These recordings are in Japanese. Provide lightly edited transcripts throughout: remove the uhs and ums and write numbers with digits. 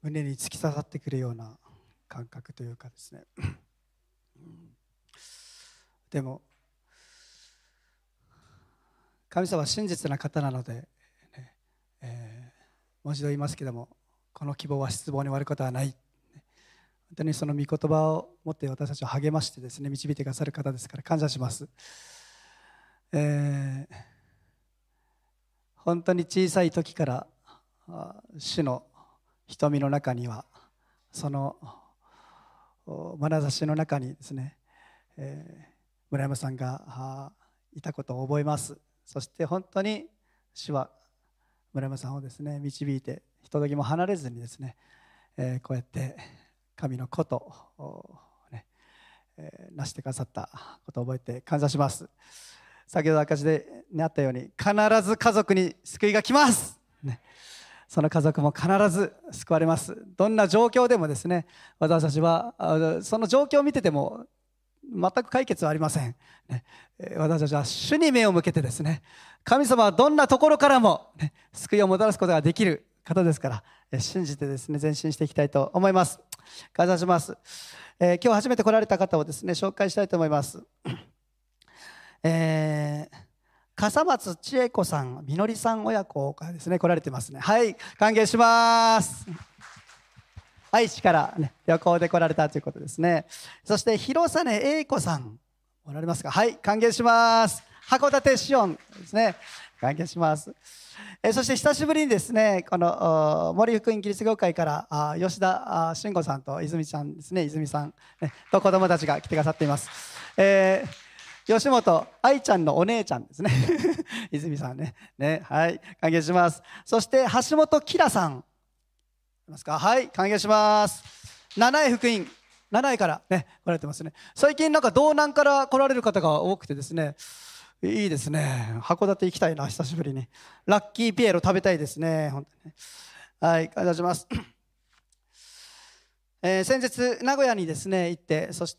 胸に突き刺さってくるような感覚というかですねでも神様は真実な方なので、もう一度言いますけども、この希望は失望に終わることはない。本当にその御言葉を持って私たちを励ましてですね、導いてくださる方ですから感謝します。本当に小さい時から主の瞳の中には、その眼差しの中にですね、村山さんがいたことを覚えます。そして本当に主は村山さんをですね導いて、ひとときも離れずにですね、こうやって神の子と、成してくださったことを覚えて感謝します。先ほど証で、あったように必ず家族に救いが来ます、その家族も必ず救われます。どんな状況でもですね、私たちはその状況を見てても全く解決はありません、私たちは主に目を向けてですね、神様はどんなところからも、救いをもたらすことができる方ですから、信じてですね前進していきたいと思います。感謝します。今日初めて来られた方をですね紹介したいと思います。笠松千恵子さん、みのりさん親子がですね来られてますね。はい、歓迎します。愛知から、旅行で来られたということですね。そして広実英子さんおられますか。はい、歓迎します。函館シオンですね、歓迎します。そして久しぶりにですね、この森福音キリスト教会から吉田慎吾さんと泉さんですね、泉さん、と子供たちが来てくださっています。吉本愛ちゃんのお姉ちゃんですね泉さんね、はい、歓迎します。そして橋本キラさんいますか。はい、歓迎します。七重福音、七重から来られてますね。最近なんか道南から来られる方が多くてですね、いいですね。函館行きたいな、久しぶりに。ラッキーピエロ食べたいですね、本当に。はい、感謝します。先日名古屋にですね行って、そして、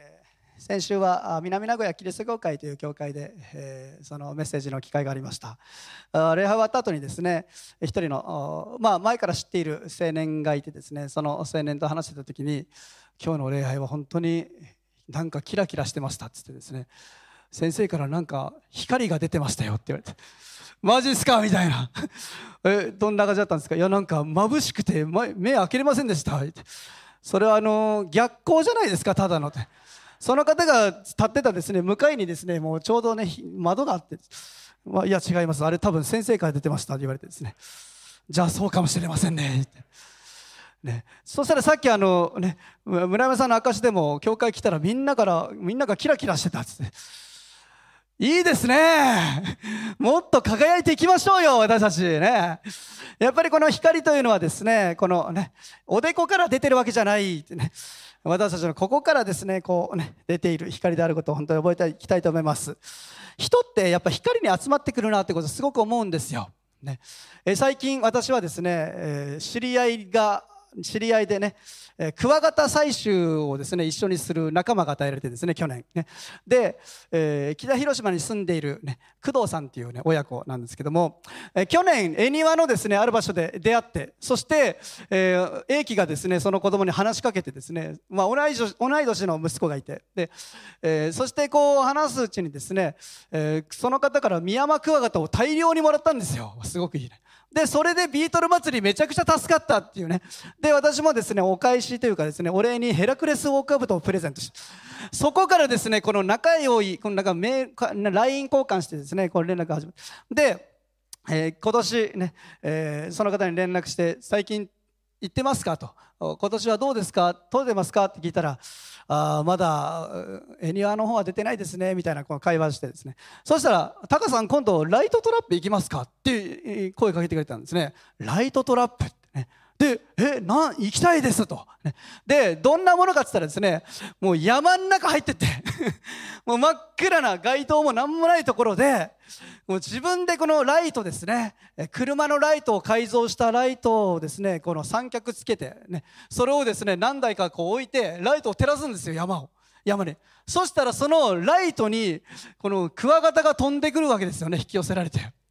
先週は南名古屋キリスト教会という教会で、そのメッセージの機会がありました。礼拝終わった後にですね、一人の、前から知っている青年がいてですね、その青年と話してた時に、今日の礼拝は本当になんかキラキラしてましたって言ってですね、先生からなんか光が出てましたよって言われて、マジっすかみたいなどんな感じだったんですか。いや、なんか眩しくて目開けれませんでしたって。それは逆光じゃないですか、ただのって。その方が立ってたですね向かいにですね、もうちょうどね窓があって、いや違います、あれ多分先生から出てましたって言われてですね、じゃあそうかもしれませんねってそしたらさっき村山さんの証でも教会来たらみんながキラキラしてたっつって、いいですね。もっと輝いていきましょうよ、私たちね。やっぱりこの光というのはですね、このおでこから出てるわけじゃないってね、私たちのここからですね、出ている光であることを本当に覚えていきたいと思います。人ってやっぱ光に集まってくるなってことをすごく思うんですよ。最近私はですね、知り合いでね、クワガタ採集をですね一緒にする仲間が与えられてですね、去年で、北広島に住んでいる工藤さんっていう親子なんですけども、去年恵庭のですねある場所で出会って、そして、英樹がですねその子供に話しかけてですね、同い年の息子がいて、で、そしてこう話すうちにですね、その方からミヤマクワガタを大量にもらったんですよ。すごくいいね。でそれでビートル祭りめちゃくちゃ助かったっていうね。で私もですねお返しというかですね、お礼にヘラクレスウォークアウトをプレゼントして、そこからですねこの仲良いこのLINE 交換してですね、この連絡が始まってで、今年ね、その方に連絡して、最近行ってますかと、今年はどうですか、撮れてますかって聞いたら、まだ恵庭の方は出てないですねみたいなこの会話してですね、そしたらタカさん今度ライトトラップ行きますかって声かけてくれたんですね。ライトトラップってね。で行きたいですと、でどんなものかって言ったらですね、もう山の中入ってってもう真っ暗な街灯も何もないところで、もう自分でこのライトですね、車のライトを改造したライトをですねこの三脚つけてね、それをですね何台かこう置いてライトを照らすんですよ、山に。そしたらそのライトにこのクワガタが飛んでくるわけですよね、引き寄せられて。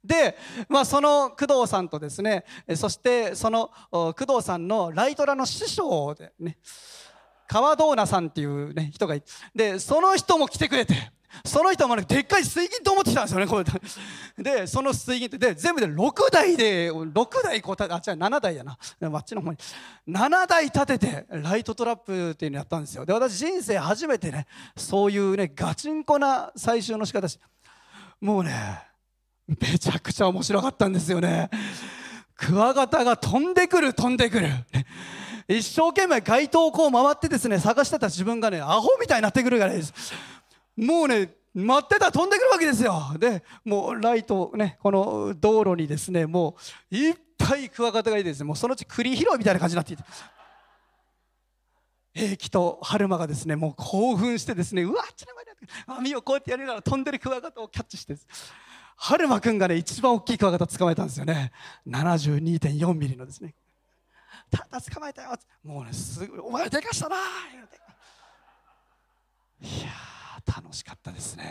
で、その工藤さんとですね、そしてその工藤さんのライトラの師匠でね、川道奈さんっていう、ね、人がいて、でその人も来てくれて、その人もね、でっかい水銀と思ってきたんですよね、これでその水銀ってで全部で6台こう7台やな、あっちの方に7台立ててライトトラップっていうのやったんですよ。で私人生初めてね、そういうねガチンコな採集の仕方し、もうねめちゃくちゃ面白かったんですよね。クワガタが飛んでくる一生懸命街灯をこう回ってですね探してた自分がねアホみたいになってくるからです。もうね待ってたら飛んでくるわけですよ。でもうライトね、この道路にですねもういっぱいクワガタがいてですね、もうそのうち栗拾いみたいな感じになっていて、平気と春馬がですねもう興奮してですね、うわっちの前で網をこうやってやりながら飛んでるクワガタをキャッチしてです、春馬くんがね一番大きいクワガタ捕まえたんですよね。72.4 ミリのですね、ただ捕まえたよ。もうねすごい、お前でかしたな。いや楽しかったですね。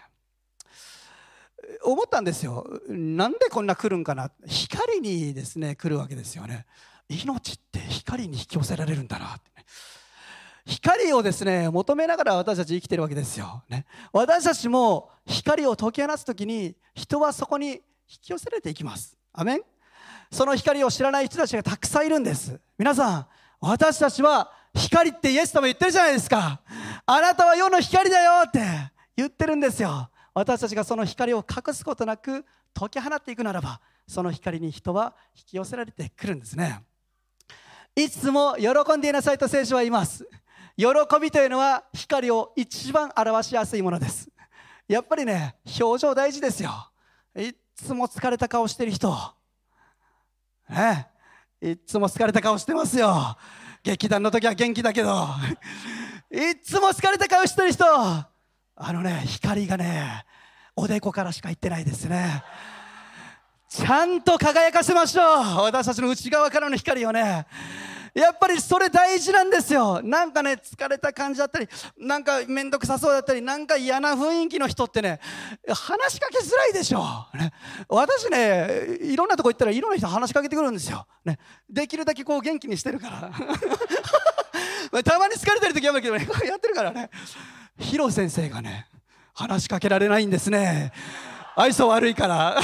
思ったんですよ、なんでこんな来るんかな。光にですね来るわけですよね。命って光に引き寄せられるんだなってね。光をですね求めながら私たち生きてるわけですよ、ね、私たちも光を解き放つときに人はそこに引き寄せられていきます。アメン。その光を知らない人たちがたくさんいるんです。皆さん、私たちは光ってイエス様言ってるじゃないですか。あなたは世の光だよって言ってるんですよ。私たちがその光を隠すことなく解き放っていくならば、その光に人は引き寄せられてくるんですね。いつも喜んでいなさいと聖書は言います。喜びというのは光を一番表しやすいものです。やっぱりね、表情大事ですよ。いつも疲れた顔してる人ね、いつも疲れた顔してますよ。劇団の時は元気だけどいつも疲れた顔してる人、光がねおでこからしか言ってないですね。ちゃんと輝かせましょう、私たちの内側からの光をね。やっぱりそれ大事なんですよ。なんかね疲れた感じだったり、なんか面倒くさそうだったり、なんか嫌な雰囲気の人ってね話しかけづらいでしょ、ね、私ねいろんなとこ行ったらいろんな人話しかけてくるんですよ、ね、できるだけこう元気にしてるからたまに疲れてる時はあるけどねやってるからね。ヒロ先生がね話しかけられないんですね、愛想悪いから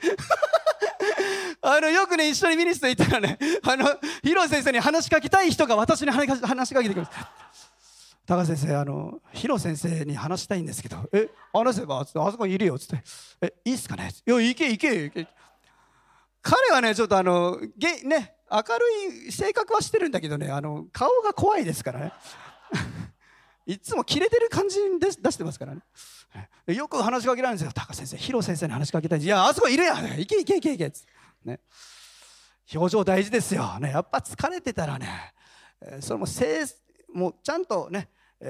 よくね一緒にミニスト行ったらねヒロ先生に話しかけたい人が私に話しかけてくるんです。高橋先生、ヒロ先生に話したいんですけど、話せばあそこにいるよっつって、いいっすかね、いや行け。彼はねちょっと明るい性格はしてるんだけどね顔が怖いですからねいつもキレてる感じに出してますからね。よく話しかけられるんですよ。高橋先生、ヒロ先生に話しかけたいんです。いやあそこいるやん、行けっつってね。表情大事ですよ、ね、やっぱ疲れてたらね、それもうちゃんとね、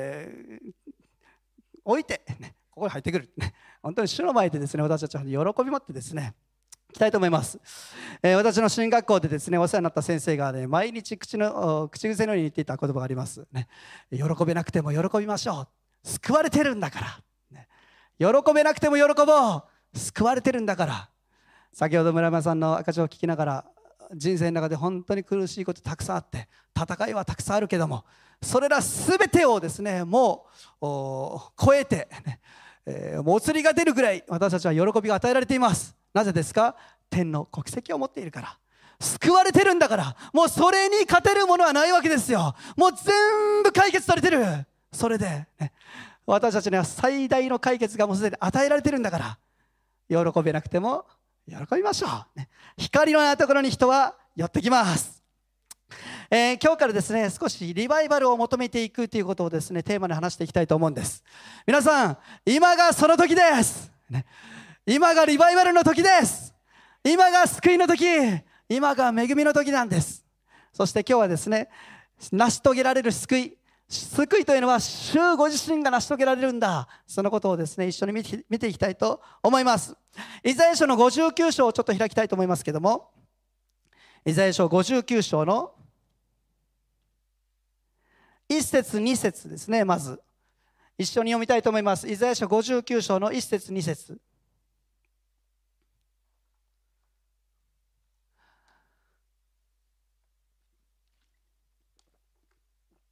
置いて、ね、ここに入ってくる、ね、本当に主の前でですね私たちは喜び持ってですねいきたいと思います。私の進学校でですねお世話になった先生がね毎日口癖のように言っていた言葉があります、ね、喜べなくても喜びましょう、救われてるんだから、ね、喜べなくても喜ぼう、救われてるんだから。先ほど村山さんの赤字を聞きながら、人生の中で本当に苦しいことたくさんあって戦いはたくさんあるけども、それら全てをですねもう超えて、ね、もうお釣りが出るぐらい私たちは喜びが与えられています。なぜですか？天の国籍を持っているから、救われてるんだから。もうそれに勝てるものはないわけですよ。もう全部解決されてる。それで、ね、私たちには最大の解決がもうすでに与えられてるんだから、喜べなくても喜びましょう、ね、光のないところに人は寄ってきます。今日からですね少しリバイバルを求めていくということをですねテーマに話していきたいと思うんです。皆さん、今がその時です、ね、今がリバイバルの時です。今が救いの時、今が恵みの時なんです。そして今日はですね成し遂げられる救いというのは主ご自身が成し遂げられるんだ、そのことをですね一緒に見ていきたいと思います。イザヤ書の59章をちょっと開きたいと思いますけども、イザヤ書59章の1節2節ですね。まず一緒に読みたいと思います。イザヤ書59章の1節2節。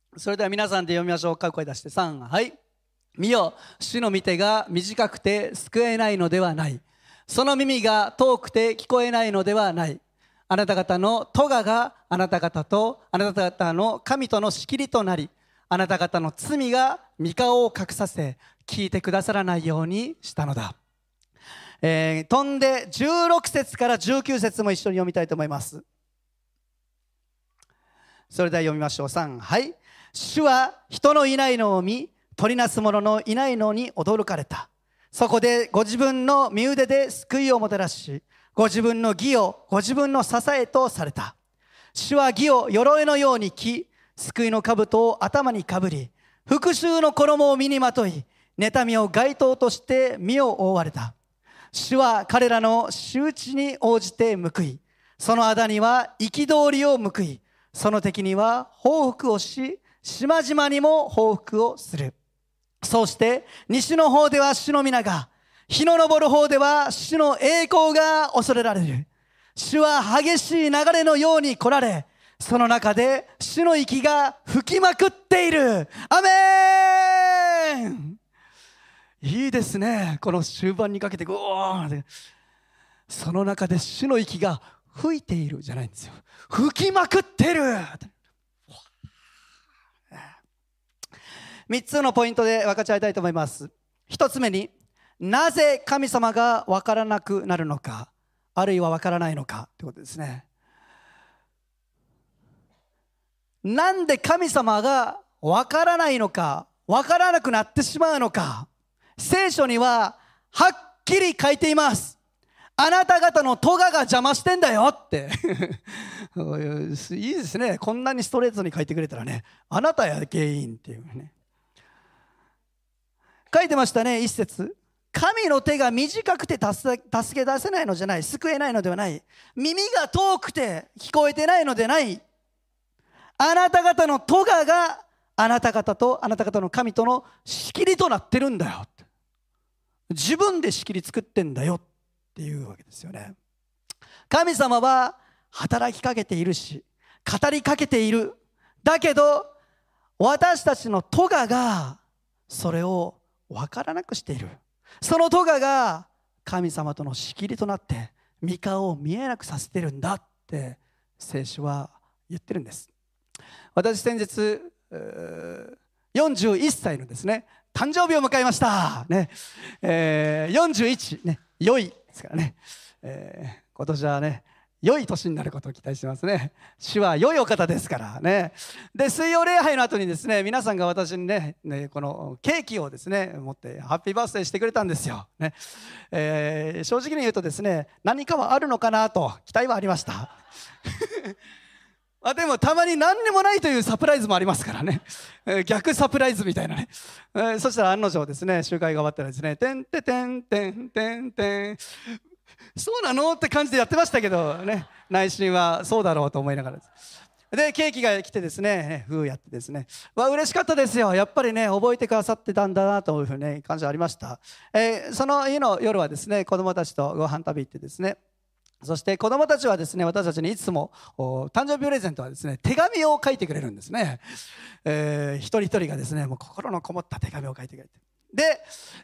それでは皆さんで読みましょうか。声出して3、はい。見よ、主の御手が短くて救えないのではない。その耳が遠くて聞こえないのではない。あなた方の咎があなた方とあなた方の神との仕切りとなり、あなた方の罪が御顔を隠させ、聞いてくださらないようにしたのだ。飛んで16節から19節も一緒に読みたいと思います。それでは読みましょう。3、はい。主は人のいないのを見、取りなす者のいないのに驚かれた。そこでご自分の身腕で救いをもたらし、ご自分の義をご自分の支えとされた。主は義を鎧のように着、救いの兜を頭にかぶり、復讐の衣を身にまとい、妬みを街灯として身を覆われた。主は彼らの仕打ちに応じて報い、その仇には憤りを報い、その敵には報復をし、島々にも報復をする。そうして西の方では主の皆が、日の昇る方では主の栄光が恐れられる。主は激しい流れのように来られ、その中で主の息が吹きまくっている。アメン。いいですね。この終盤にかけてその中で主の息が吹いているじゃないんですよ。吹きまくってる。3つのポイントで分かち合いたいと思います。1つ目に、なぜ神様が分からなくなるのか、あるいは分からないのかということですね。なんで神様が分からないのか、分からなくなってしまうのか、聖書にははっきり書いています。あなた方の咎が邪魔してんだよっていいですね。こんなにストレートに書いてくれたらね、あなたや原因っていうね、書いてましたね。一節、神の手が短くて助け出せないのじゃない、救えないのではない、耳が遠くて聞こえてないのでない、あなた方の咎があなた方とあなた方の神との仕切りとなってるんだよって、自分で仕切り作ってんだよっていうわけですよね。神様は働きかけているし、語りかけている。だけど私たちの咎がそれを分からなくしている。その咎が神様との仕切りとなって御顔を見えなくさせてるんだって聖書は言ってるんです。私先日41歳のですね誕生日を迎えましたね。41ね、良いですからね、今年はね良い年になることを期待してますね。主は良いお方ですからね。で、水曜礼拝の後にですね、皆さんが私にねこのケーキをですね持ってハッピーバースデーしてくれたんですよ、ね。正直に言うとですね、何かはあるのかなと期待はありましたでもたまに何にもないというサプライズもありますからね、逆サプライズみたいなね、そしたら案の定ですね、集会が終わったらですね、てんててんてんてんてん、そうなのって感じでやってましたけどね、内心はそうだろうと思いながらです。でケーキが来てですね、やってですね、嬉しかったですよ。やっぱりね覚えてくださってたんだなというふうに、ね、感謝ありました。その日の夜はですね、子供たちとご飯食べ行ってですね、そして子供たちはですね、私たちにいつも誕生日プレゼントはですね、手紙を書いてくれるんですね。一人一人がですね、もう心のこもった手紙を書いてくれて、で、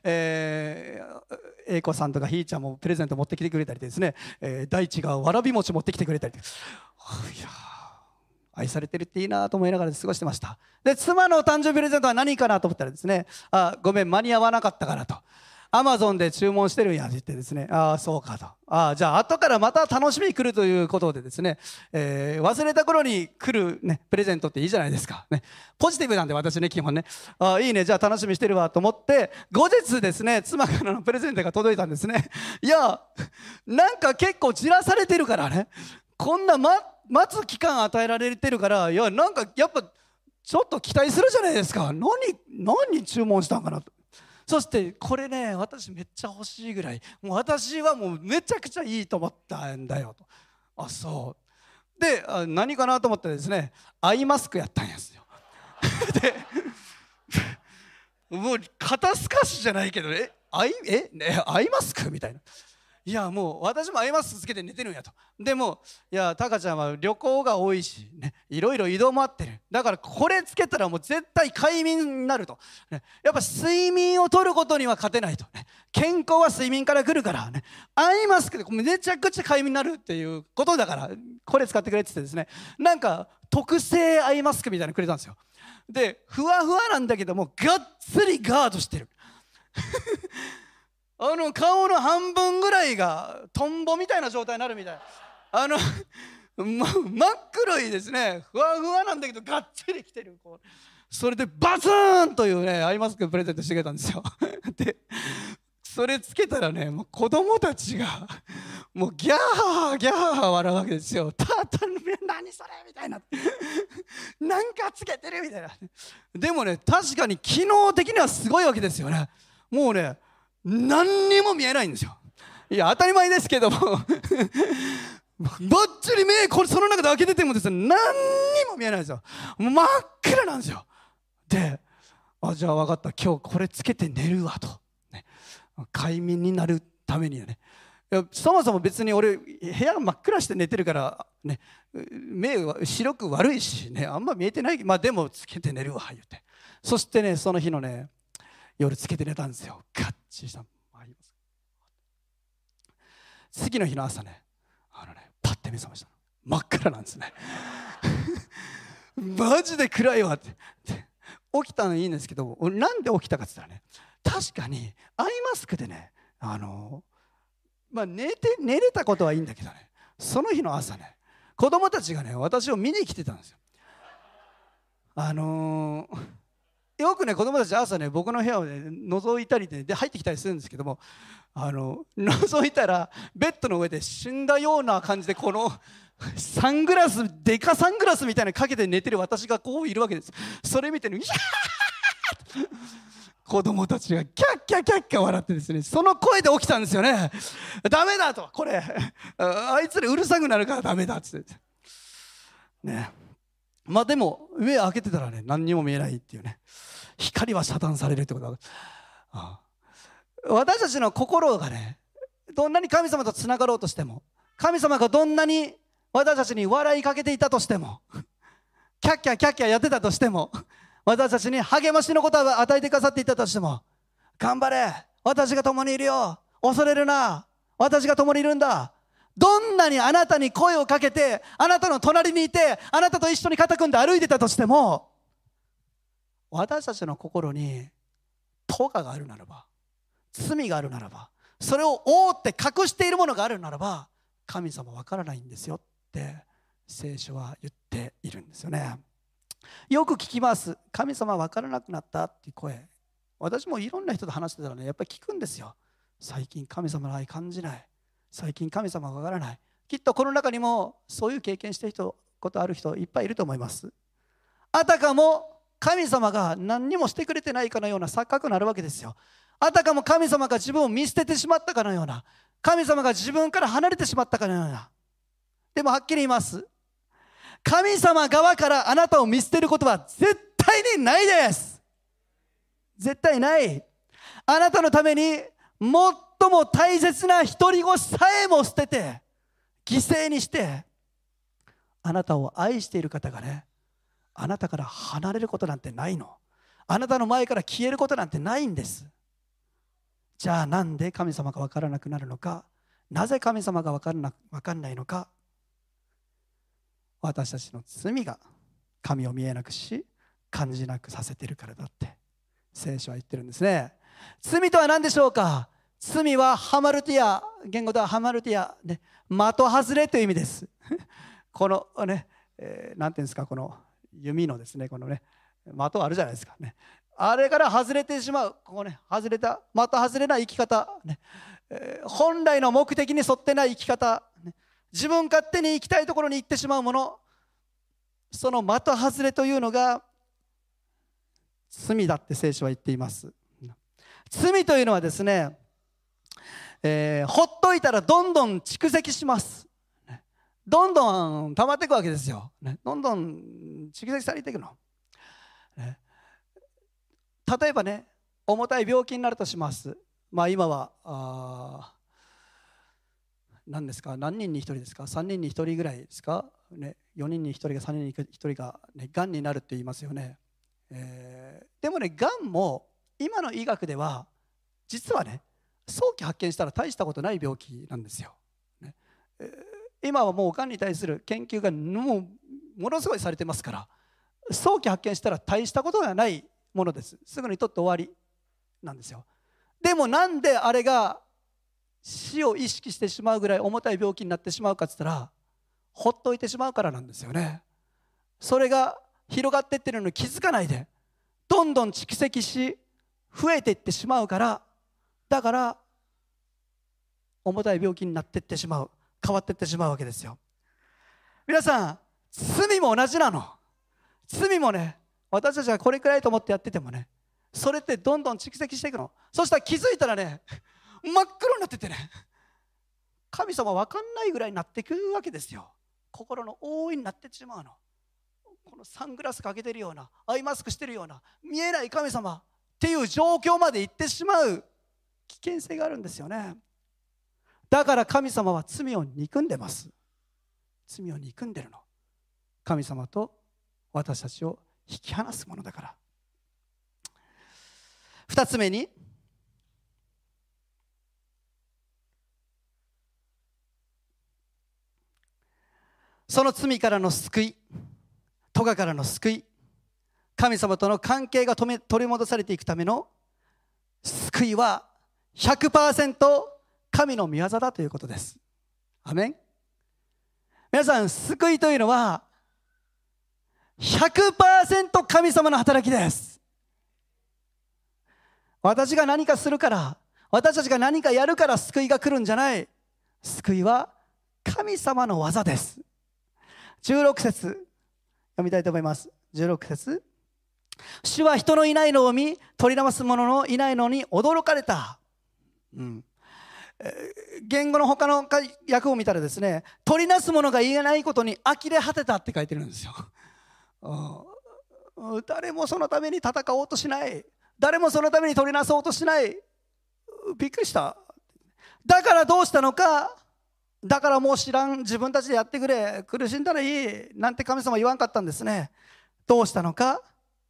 英子さんとかひーちゃんもプレゼント持ってきてくれたりですね、大地がわらび餅持ってきてくれたり、いや愛されてるっていいなと思いながら過ごしてました。で、妻の誕生日プレゼントは何かなと思ったらですね、ごめん間に合わなかったからと、アマゾンで注文してるんやって言ってですね、そうかと、じゃあ後からまた楽しみに来るということでですね、忘れた頃に来る、ね、プレゼントっていいじゃないですか、ね、ポジティブなんで私ね基本ね、いいね、じゃあ楽しみにしてるわと思って、後日ですね妻からのプレゼントが届いたんですね。いやなんか結構散らされてるからね、こんな待つ期間与えられてるから、いやなんかやっぱちょっと期待するじゃないですか。何注文したんかなと。そしてこれね、私めっちゃ欲しいぐらい、もう私はもうめちゃくちゃいいと思ったんだよと。そうで、何かなと思ったらですね、アイマスクやったんですよでもう肩透かしじゃないけどアイマスクみたいな、 いやもう私もアイマスクつけて寝てるんやと。でもいやタカちゃんは旅行が多いし、ね、いろいろ移動もあってる。だからこれつけたらもう絶対快眠になると、ね、やっぱ睡眠をとることには勝てないと、ね、健康は睡眠から来るからね、アイマスクでめちゃくちゃ快眠になるっていうことだからこれ使ってくれって言ってですね、なんか特製アイマスクみたいなのくれたんですよ。でふわふわなんだけどもがっつりガードしてる顔の半分ぐらいがトンボみたいな状態になるみたいな、真っ黒いですね、ふわふわなんだけどがっつりきてる。こうそれでバツーンというねアイマスクプレゼントしてくれたんですよでそれつけたらね、もう子供たちがもうギャーギャー笑うわけですよ。何それみたいななんかつけてるみたいな。でもね確かに機能的にはすごいわけですよね。もうね何にも見えないんですよ。いや当たり前ですけどもばっちり目これその中で開けててもですね何にも見えないんですよ。もう真っ暗なんですよ。でじゃあ分かった、今日これつけて寝るわと、ね、快眠になるためにはね、いやそもそも別に俺部屋真っ暗して寝てるからね、目は白く悪いしね、あんま見えてない、まあでもつけて寝るわ言って、そしてねその日のね夜つけて寝たんですよ。ガッチリした。次の日の朝ね、パッて目覚ました。真っ暗なんですねマジで暗いわって起きたのいいんですけど、なんで起きたかって言ったらね、確かにアイマスクでね寝れたことはいいんだけどね、その日の朝ね子供たちがね私を見に来てたんですよ。よくね子供たち朝ね僕の部屋をね覗いたりで入ってきたりするんですけども、覗いたらベッドの上で死んだような感じでこのサングラスデカサングラスみたいなのかけて寝てる私がこういるわけです。それ見てね、いやー子供たちがキャッキャッキャッキャ笑ってですね、その声で起きたんですよね。ダメだと、これあいつらうるさくなるからダメだっつってね。まあでも目開けてたらね何にも見えないっていうね、光は遮断されるってことだ。私たちの心がねどんなに神様とつながろうとしても、神様がどんなに私たちに笑いかけていたとしてもキャッキャキャッキャやってたとしても、私たちに励ましのことを与えてくださっていたとしても、頑張れ私が共にいるよ、恐れるな私が共にいるんだ、どんなにあなたに声をかけてあなたの隣にいてあなたと一緒に肩組んで歩いてたとしても、私たちの心に咎があるならば、罪があるならば、それを覆って隠しているものがあるならば、神様わからないんですよって聖書は言っているんですよね。よく聞きます。神様わからなくなったっていう声。私もいろんな人と話してたらねやっぱり聞くんですよ。最近神様の愛感じない、最近神様がわからない。きっとこの中にもそういう経験してることある人いっぱいいると思います。あたかも神様が何にもしてくれてないかのような錯覚になるわけですよ。あたかも神様が自分を見捨ててしまったかのような、神様が自分から離れてしまったかのような。でもはっきり言います。神様側からあなたを見捨てることは絶対にないです。絶対ない。あなたのために最も大切な独り子さえも捨てて犠牲にしてあなたを愛している方がね、あなたから離れることなんてないの。あなたの前から消えることなんてないんです。じゃあなんで神様が分からなくなるのか、なぜ神様が分かんないのか。私たちの罪が神を見えなくし感じなくさせているからだって聖書は言ってるんですね。罪とは何でしょうか。罪はハマルティア、言語ではハマルティア、ね、的外れという意味ですこのね、なんていうんですか、この弓のですね、このね的あるじゃないですかね、あれから外れてしまう、ここね外れた的外れな生き方、ね本来の目的に沿ってない生き方、ね、自分勝手に行きたいところに行ってしまうもの、その的外れというのが罪だって聖書は言っています。罪というのはですね、ほっといたらどんどん蓄積します。どんどん溜まっていくわけですよ。どんどん蓄積されていくの。例えばね、重たい病気になるとします。まあ今は何ですか、何人に1人ですか、3人に1人ぐらいですか、ね、4人に1人が3人に1人が、ね、がんになるって言いますよね。でもね、がんも今の医学では実はね、早期発見したら大したことない病気なんですよ、ね。今はもうがんに対する研究がものすごいされてますから、早期発見したら大したことがないものです。すぐに取って終わりなんですよ。でもなんであれが死を意識してしまうぐらい重たい病気になってしまうかって言ったら、ほっといてしまうからなんですよね。それが広がっていってるのに気づかないで、どんどん蓄積し増えていってしまうから、だから重たい病気になっていってしまう、変わっていってしまうわけですよ。皆さん、罪も同じなの。罪もね、私たちがこれくらいと思ってやっててもね、それってどんどん蓄積していくの。そしたら気づいたらね、真っ黒になっててね、神様分かんないぐらいになっていくわけですよ。心の覆いになってしまうの。このサングラスかけてるような、アイマスクしてるような、見えない神様っていう状況まで行ってしまう危険性があるんですよね。だから神様は罪を憎んでます。罪を憎んでるの。神様と私たちを引き離すものだから。2つ目に、その罪からの救い、咎からの救い、神様との関係が取り戻されていくための救いは 100% 神の御業だということです。アメン。皆さん、救いというのは 100% 神様の働きです。私が何かするから、私たちが何かやるから救いが来るんじゃない。救いは神様の技です。16節読みたいと思います。16節、主は人のいないのを見、取り直す者のいないのに驚かれた。言語の他の訳を見たらですね、取りなす者が言えないことに呆れ果てたって書いてるんですよ。誰もそのために戦おうとしない、誰もそのために取りなそうとしない。びっくりした。だからどうしたのか、だからもう知らん、自分たちでやってくれ、苦しんだらいいなんて神様は言わんかったんですね。どうしたのか、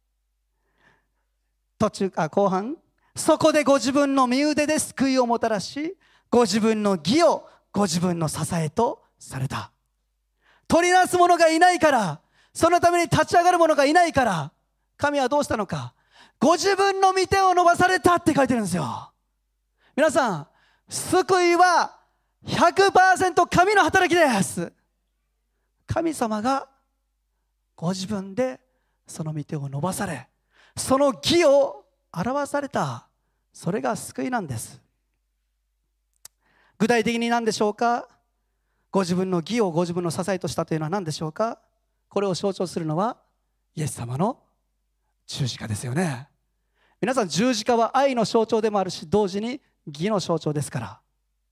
後半、そこでご自分の身腕で救いをもたらし、ご自分の義をご自分の支えとされた。取りなす者がいないから、そのために立ち上がる者がいないから、神はどうしたのか、ご自分の御手を伸ばされたって書いてるんですよ。皆さん、救いは 100% 神の働きです。神様がご自分でその御手を伸ばされ、その義を表された。それが救いなんです。具体的に何でしょうか。ご自分の義をご自分の支えとしたというのは何でしょうか。これを象徴するのはイエス様の十字架ですよね。皆さん、十字架は愛の象徴でもあるし、同時に義の象徴ですから。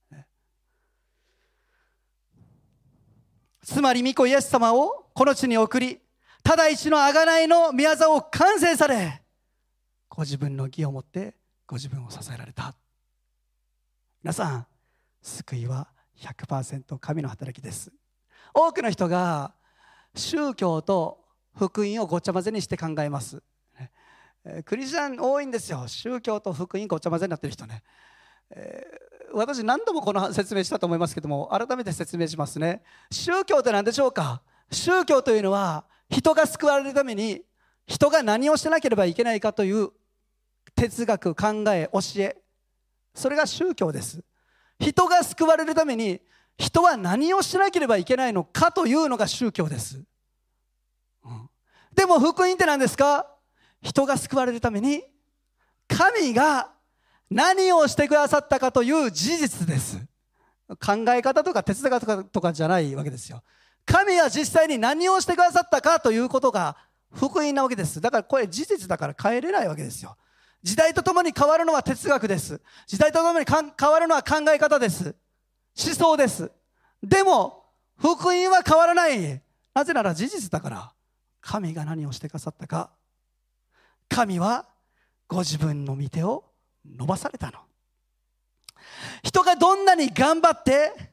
つまり御子イエス様をこの地に送り、ただ一の贖いの御業を完成され、ご自分の義をもってご自分を支えられた。皆さん、救いは 100% 神の働きです。多くの人が宗教と福音をごちゃ混ぜにして考えます。クリスチャン多いんですよ。宗教と福音ごちゃ混ぜになってる人ね。私何度もこの説明したと思いますけども、改めて説明しますね。宗教って何でしょうか。宗教というのは、人が救われるために人が何をしなければいけないかという哲学、考え、教え、それが宗教です。人が救われるために人は何をしなければいけないのかというのが宗教です。でも福音って何ですか。人が救われるために神が何をしてくださったかという事実です。考え方とか哲学とかじゃないわけですよ。神は実際に何をしてくださったかということが福音なわけです。だからこれ事実だから変えれないわけですよ。時代とともに変わるのは哲学です。時代とともに変わるのは考え方です。思想です。でも福音は変わらない。なぜなら事実だから。神が何をしてくださったか。神はご自分の御手を伸ばされたの。人がどんなに頑張って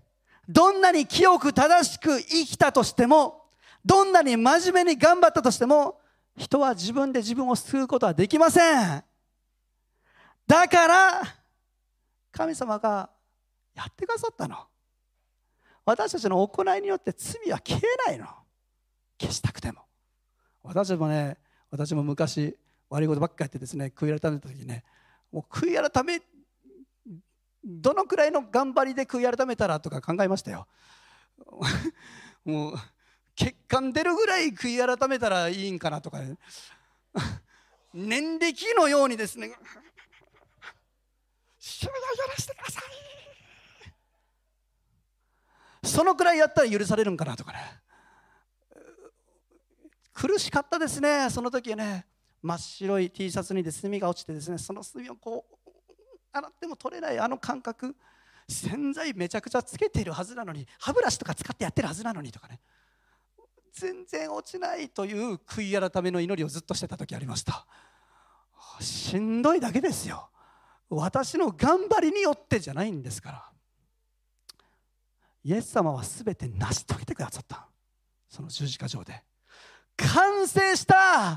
どんなに清く正しく生きたとしても、どんなに真面目に頑張ったとしても、人は自分で自分を救うことはできません。だから神様がやってくださったの。私たちの行いによって罪は消えないの。消したくても。私も昔悪いことばっかりやってですね、悔い改めた時にね、もう悔い改め、どのくらいの頑張りで悔い改めたらとか考えましたよ。もう血管出るぐらい悔い改めたらいいんかなとか、ね、念力のようにですね、主よ許してください、そのくらいやったら許されるんかなとかね。苦しかったですね。その時ね、真っ白い T シャツに墨が落ちてですね、その墨をこう洗っても取れないあの感覚、洗剤めちゃくちゃつけているはずなのに、歯ブラシとか使ってやってるはずなのにとかね、全然落ちないという悔い改めの祈りをずっとしてた時ありました。しんどいだけですよ。私の頑張りによってじゃないんですから。イエス様は全て成し遂げてくださった。その十字架上で完成した、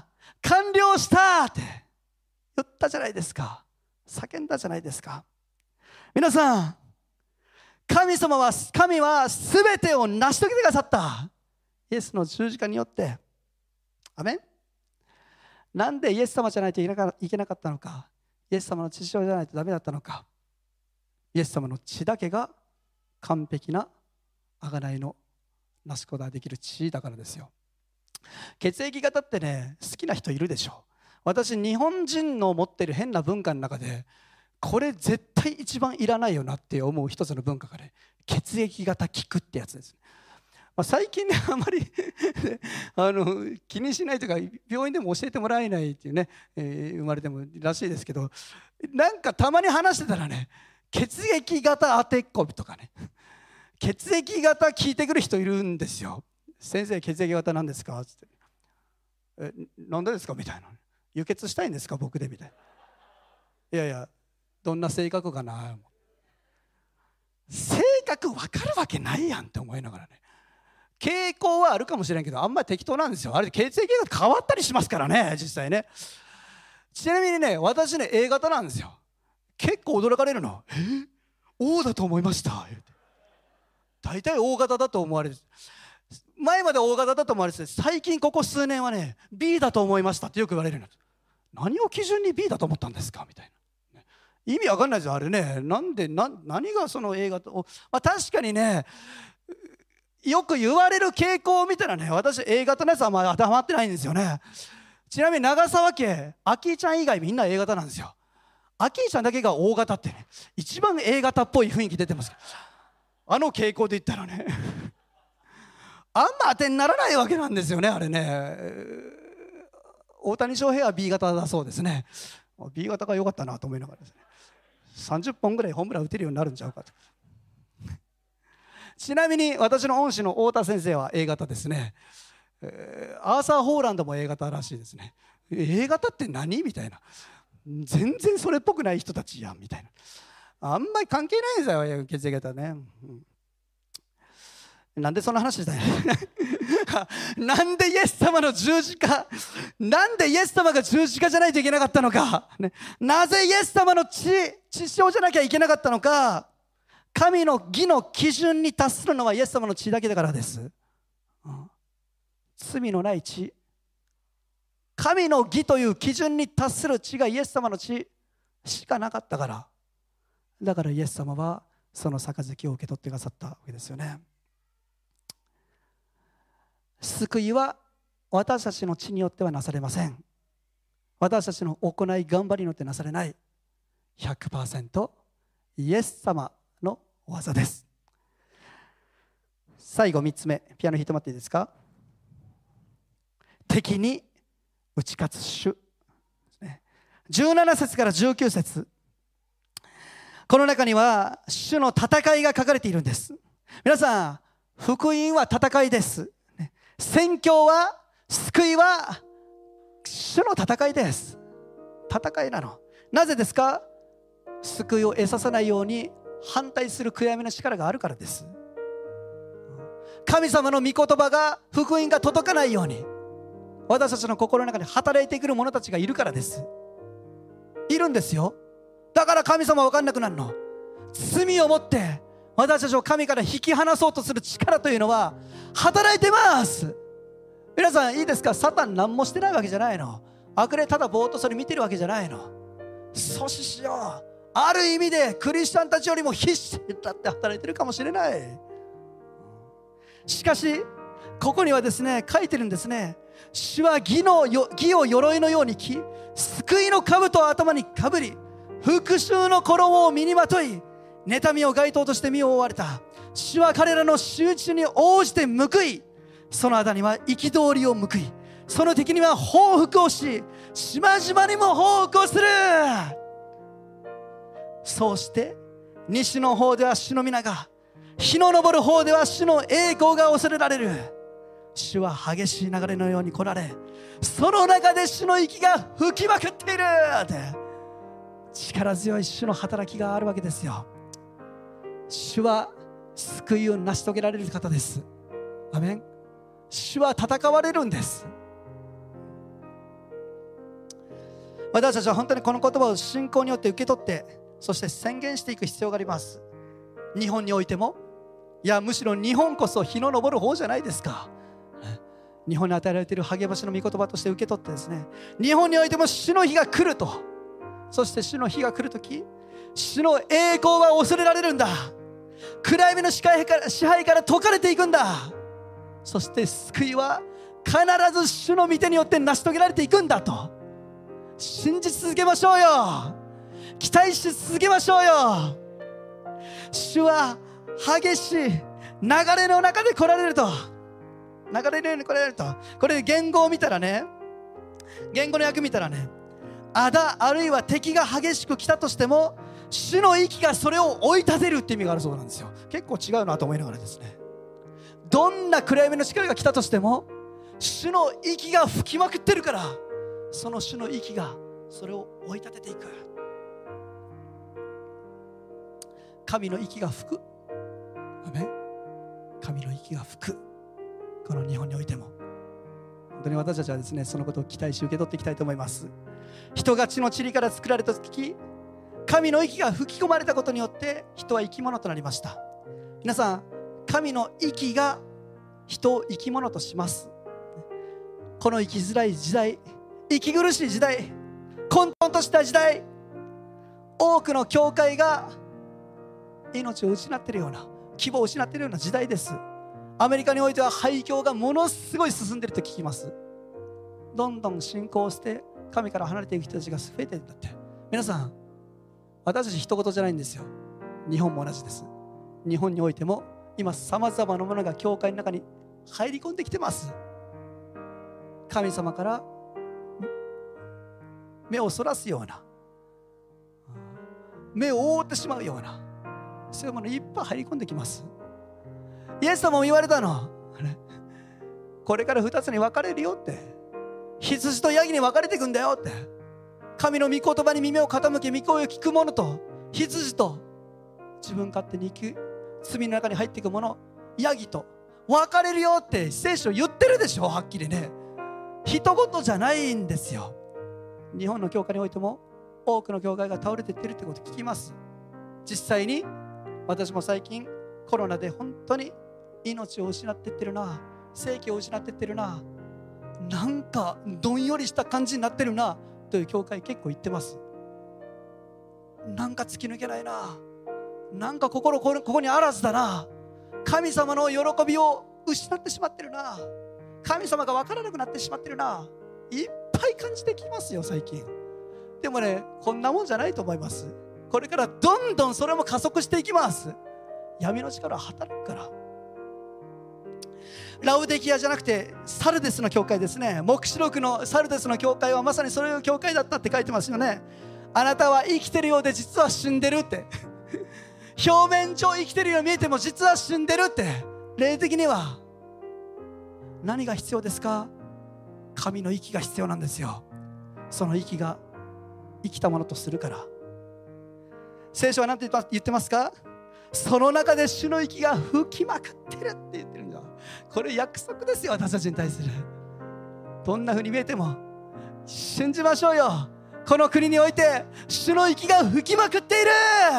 完了したって言ったじゃないですか。叫んだじゃないですか。皆さん、神は全てを成し遂げてくださった。イエスの十字架によって。アメン。なんでイエス様じゃないといけなかったのか、イエス様の血潮じゃないとダメだったのか。イエス様の血だけが完璧な贖いのなすことができる血だからですよ。血液型ってね、好きな人いるでしょ。私、日本人の持っている変な文化の中で、これ絶対一番いらないよなって思う一つの文化がね、血液型聞くってやつです。最近ね、あまり気にしないというか、病院でも教えてもらえないっていうね、生まれてもらしいですけど、なんかたまに話してたらね、血液型当てっことかね、血液型聞いてくる人いるんですよ。先生、血液型なんですかって。なんでですかみたいな。輸血したいんですか僕でみたいな。いやいや、どんな性格かな。性格分かるわけないやんって思いながらね。傾向はあるかもしれんけど、あんまり適当なんですよ。あれ血液型変わったりしますからね、実際ね。ちなみにね、私ね A 型なんですよ。結構驚かれるの。O だと思いました。大体 O 型だと思われる。前まで O 型だと思われて、最近ここ数年はね B だと思いましたってよく言われるの。何を基準に B だと思ったんですかみたいな。意味わかんないですよあれね。何がその A 型を、確かにね、よく言われる傾向を見たらね、私 A 型のやつは当てはまってないんですよね。ちなみに長澤家、アキーちゃん以外みんな A 型なんですよ。アキーちゃんだけが O 型ってね、一番 A 型っぽい雰囲気出てますけど、あの傾向で言ったらねあんま当てにならないわけなんですよね、あれね。大谷翔平は B 型だそうですね。B 型が良かったなと思いながらですね、30本ぐらいホームラン打てるようになるんちゃうかと。ちなみに私の恩師の太田先生は A 型ですね。アーサー・ホーランドも A 型らしいですね。A 型って何みたいな。全然それっぽくない人たちやんみたいな。あんまり関係ないんですよ、血液型ね。なんでその話したんやなんでイエス様の十字架、なんでイエス様が十字架じゃないといけなかったのか、ね、なぜイエス様の血潮じゃなきゃいけなかったのか。神の義の基準に達するのはイエス様の血だけだからです。罪のない血、神の義という基準に達する血がイエス様の血しかなかったから、だからイエス様はその杯を受け取ってくださったわけですよね。救いは私たちの血によってはなされません。私たちの行い頑張りによってなされない。 100% イエス様の技です。最後3つ目、ピアノ弾いてもらっていいですか。敵に打ち勝つ主。17節から19節、この中には主の戦いが書かれているんです。皆さん、福音は戦いです。宣教は、救いは主の戦いです。戦いなの。なぜですか。救いを得させないように反対する悔やみの力があるからです。 神様の御言葉が、福音が届かないように私たちの心の中に働いてくる者たちがいるからです。いるんですよ。だから神様は分かんなくなるの。罪を持って私たちを神から引き離そうとする力というのは働いてます。皆さんいいですか？サタン何もしてないわけじゃないの。悪霊ただぼーっとそれ見てるわけじゃないの。阻止しよう。ある意味でクリスチャンたちよりも必死だって働いてるかもしれない。しかしここにはですね、書いてるんですね。主は義を鎧のように着、救いの兜を頭にかぶり、復讐の衣を身にまとい、妬みを街灯として身を覆われた。主は彼らの仕打ちに応じて報い、その仇には憤りを報い、その敵には報復をし、島々にも報復をする。そうして西の方では主の皆が、日の昇る方では主の栄光が恐れられる。主は激しい流れのように来られ、その中で主の息が吹きまくっているって、力強い主の働きがあるわけですよ。主は救いを成し遂げられる方です。アメン。主は戦われるんです。私たちは本当にこの言葉を信仰によって受け取って、そして宣言していく必要があります。日本においても、いやむしろ日本こそ日の昇る方じゃないですか。日本に与えられている励ましの御言葉として受け取ってですね、日本においても主の日が来ると、そして主の日が来るとき、主の栄光は恐れられるんだ。暗闇の支配から解かれていくんだ。そして救いは必ず主の御手によって成し遂げられていくんだと信じ続けましょうよ。期待し続けましょうよ。主は激しい流れの中で来られると、流れのように来られると、これ言語を見たらね、言語の訳見たらね、あるいは敵が激しく来たとしても、主の息がそれを追い立てるって意味があるそうなんですよ。結構違うなと思いながらですね、どんな暗闇の力が来たとしても、主の息が吹きまくってるから、その主の息がそれを追い立てていく。神の息が吹く。アメン。神の息が吹く。この日本においても本当に私たちはですね、そのことを期待し受け取っていきたいと思います。人が地の塵から作られた時、神の息が吹き込まれたことによって人は生き物となりました。皆さん、神の息が人を生き物とします。この生きづらい時代、息苦しい時代、混沌とした時代、多くの教会が命を失っているような、希望を失っているような時代です。アメリカにおいては廃墟がものすごい進んでいると聞きます。どんどん信仰をして神から離れていく人たちが増えているんだって。皆さん、私たち一言じゃないんですよ。日本も同じです。日本においても今さまざまなものが教会の中に入り込んできてます。神様から目をそらすような、目を覆ってしまうような、そういうものいっぱい入り込んできます。イエス様も言われたの、これから2つに分かれるよって、羊とヤギに分かれていくんだよって。神の御言葉に耳を傾け御声を聞く者と、羊と自分勝手に生き罪の中に入っていく者、ヤギと分かれるよって聖書言ってるでしょ。はっきりね、一言じゃないんですよ。日本の教会においても多くの教会が倒れていってるってこと聞きます。実際に私も最近コロナで本当に命を失っていってるな、生気を失っていってるな、なんかどんよりした感じになってるなという教会結構行ってます。なんか突き抜けないな、なんか心ここにあらずだな、神様の喜びを失ってしまってるな、神様が分からなくなってしまってるな、いっぱい感じてきますよ最近。でもね、こんなもんじゃないと思います。これからどんどんそれも加速していきます。闇の力は働くから。ラウデキアじゃなくてサルデスの教会ですね。黙示録のサルデスの教会はまさにそういう教会だったって書いてますよね。あなたは生きてるようで実は死んでるって表面上生きてるように見えても実は死んでるって。霊的には何が必要ですか？神の息が必要なんですよ。その息が生きたものとするから。聖書は何て言ってますか？その中で主の息が吹きまくってるって言ってるんだ。 これ約束ですよ。私たちに対する。どんな風に見えても信じましょうよ。この国において主の息が吹きまくっている。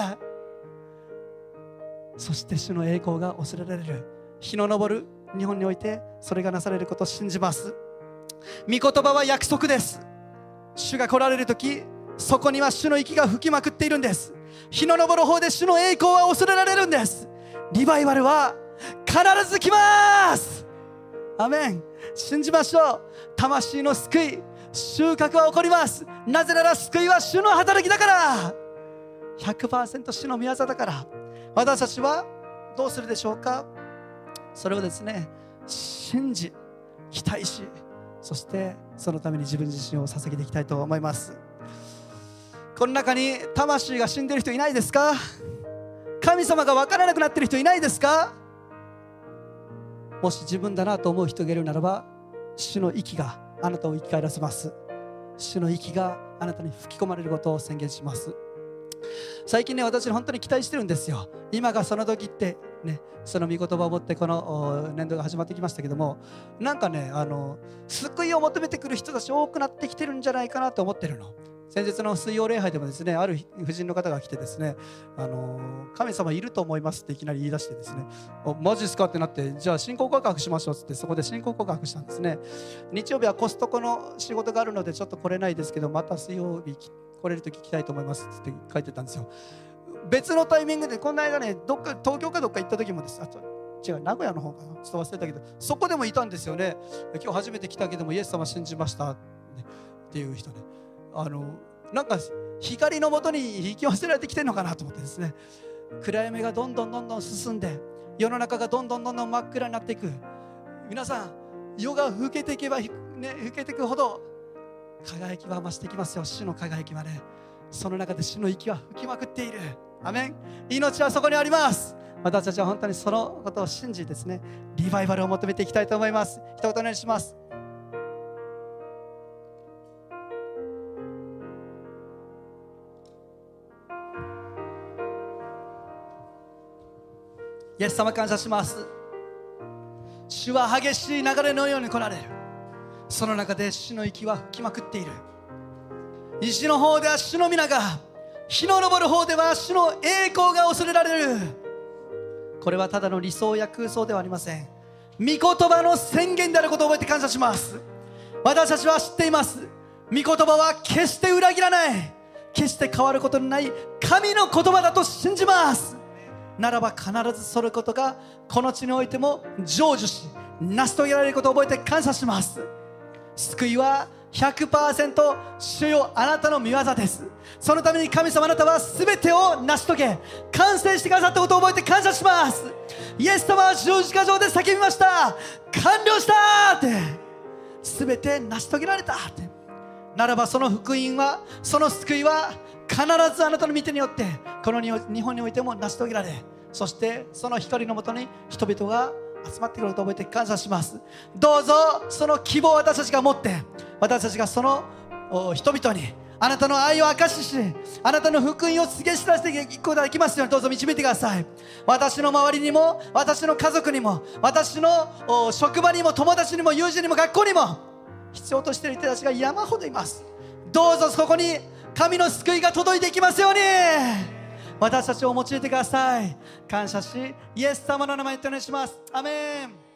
そして主の栄光が恐れられる日の昇る日本においてそれがなされることを信じます。御言葉は約束です。主が来られる時、そこには主の息が吹きまくっているんです。日の昇る方で主の栄光は恐れられるんです。リバイバルは必ず来ます。アメン。信じましょう。魂の救い、収穫は起こります。なぜなら救いは主の働きだから、 100% 主の御業だから。私たちはどうするでしょうか。それをですね、信じ期待し、そしてそのために自分自身を捧げていきたいと思います。この中に魂が死んでいる人いないですか。神様が分からなくなっている人いないですか。もし自分だなと思う人がいるならば、主の息があなたを生き返らせます。主の息があなたに吹き込まれることを宣言します。最近ね、私本当に期待してるんですよ。今がその時ってね、その御言葉を持ってこの年度が始まってきましたけども、なんかね、救いを求めてくる人たち多くなってきてるんじゃないかなと思ってるの。先日の水曜礼拝でもですね、ある婦人の方が来てですね、神様いると思いますっていきなり言い出してですね、マジですかってなって、じゃあ信仰告白しましょうって、そこで信仰告白したんですね。日曜日はコストコの仕事があるのでちょっと来れないですけど、また水曜日来れるとき来たいと思いますって書いてたんですよ。別のタイミングでこの間ね、東京かどっか行った時もです、違う、名古屋の方かな、ちょっと忘れたけど、そこでもいたんですよね。今日初めて来たけどもイエス様信じましたっていう人ね、なんか光のもとに引き寄せられてきてるのかなと思ってですね、暗闇がどんどん進んで、世の中がどんどん真っ暗になっていく。皆さん、夜が更けていけば、ね、更けていくほど輝きは増してきますよ。主の輝きはね、その中で主の息は吹きまくっている。アメン。命はそこにあります。私たちは本当にそのことを信じですね、リバイバルを求めていきたいと思います。一言お願いします。イエス様感謝します。主は激しい流れのように来られる。その中で主の息は吹きまくっている。西の方では主の皆が、日の昇る方では主の栄光が恐れられる。これはただの理想や空想ではありません。御言葉の宣言であることを覚えて感謝します。私たちは知っています。御言葉は決して裏切らない、決して変わることのない神の言葉だと信じます。ならば必ずそのことがこの地においても成就し、成し遂げられることを覚えて感謝します。救いは 100% 主よあなたの御業です。そのために神様あなたは全てを成し遂げ完成してくださったことを覚えて感謝します。イエス様は十字架上で叫びました。完了したって、全て成し遂げられたって。ならばその福音は、その救いは必ずあなたの御手によってこの日本においても成し遂げられ、そしてその光のもとに人々が集まってくることを覚えて感謝します。どうぞその希望を私たちが持って、私たちがその人々にあなたの愛を明かしし、あなたの福音を告げ知らせていくことができますように、どうぞ導いてください。私の周りにも、私の家族にも、私の職場にも、友達にも、友人にも、学校にも必要としている人たちが山ほどいます。どうぞそこに神の救いが届いていきますように、私たちを用いてください。感謝し、イエス様の名前でお願いします。アメン。